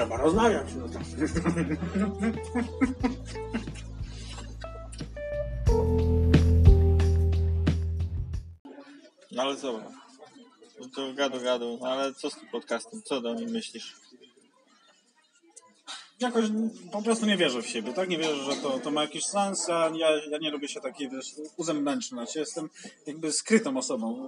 trzeba rozmawiać. No tak. No ale co? No to gadu, no ale co z tym podcastem? Co do nim myślisz? Jakoś po prostu nie wierzę w siebie, tak? Nie wierzę, że to ma jakiś sens, a ja nie lubię się takiej, wiesz, uzemniczniać. Jestem jakby skrytą osobą.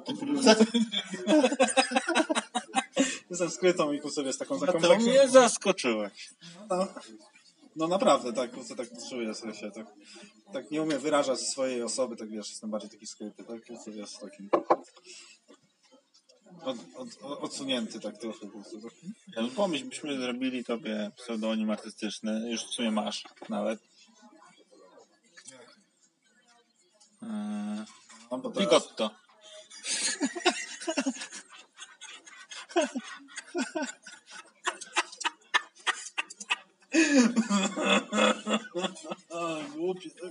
Jestem skrytą i sobie z taką To mnie zaskoczyłeś. No naprawdę, tak, kurczę, tak czuję się, tak nie umiem wyrażać swojej osoby, tak wiesz, jestem bardziej taki skryty, tak, kurczę, wiesz, takim odsunięty, tak trochę, kurczę, tak. Ja, no pomyśl, byśmy zrobili tobie pseudonim artystyczny, już w sumie masz nawet. No, bo teraz... Pigotto. Głupi, tak.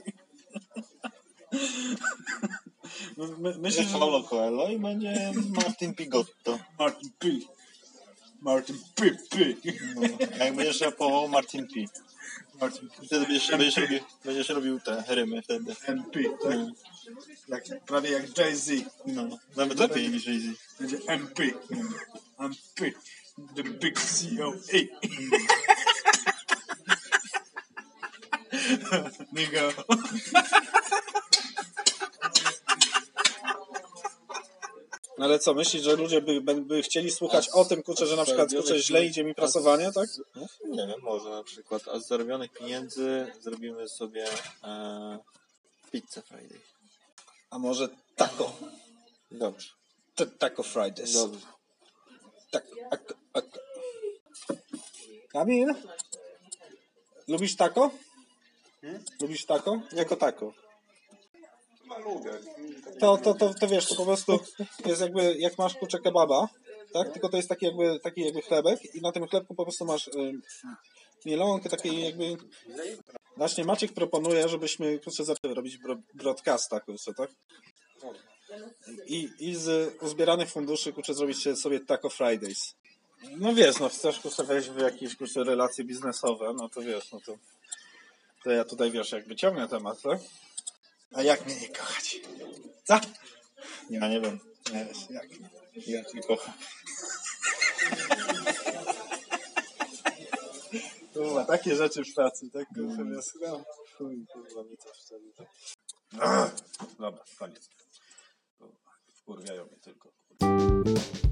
No, myślę, że... Paulo Coelho i będzie Martin Pigotto. Martin P. No, jak będziesz rapował Martin P. Wtedy będziesz robił te rymy wtedy. MP, tak? Prawie jak Jay-Z. No, nawet lepiej niż Jay-Z. Będzie MP. MP. The Big COA. Nigga. No ale co, myślisz, że ludzie by chcieli słuchać o tym, kurczę, że na przykład kurczę, źle idzie mi prasowanie, tak? No, nie wiem, może na przykład. A z zarobionych pieniędzy zrobimy sobie Pizza Friday. A może taco? Dobrze. Taco Fridays. Dobrze. Kamil? Lubisz taco? Lubisz taco? Jako tako. To wiesz, to po prostu jest jakby, jak masz kurczę kebaba, tak? Tylko to jest taki jakby chlebek i na tym chlebku po prostu masz mielonkę, takiej jakby... Właśnie Maciek proponuje, żebyśmy kurczę zaczęli robić broadcasta, kurczę, tak? I z uzbieranych funduszy kurczę zrobić sobie Taco Fridays. No wiesz, no chcesz kurczę wejść w jakieś kurczę relacje biznesowe, no to wiesz, no to ja tutaj wiesz, jakby ciągnę temat, tak? A jak mnie nie kochać? Co? Ja nie wiem. Nie wiesz, jak? Ja cię kocham. Kurwa, takie rzeczy w pracy, tak? Kurwa, no, chuj, kurwa, mi coś wtedy. Tak. Dobra, koniec. Kurwa, wkurwiają mnie tylko.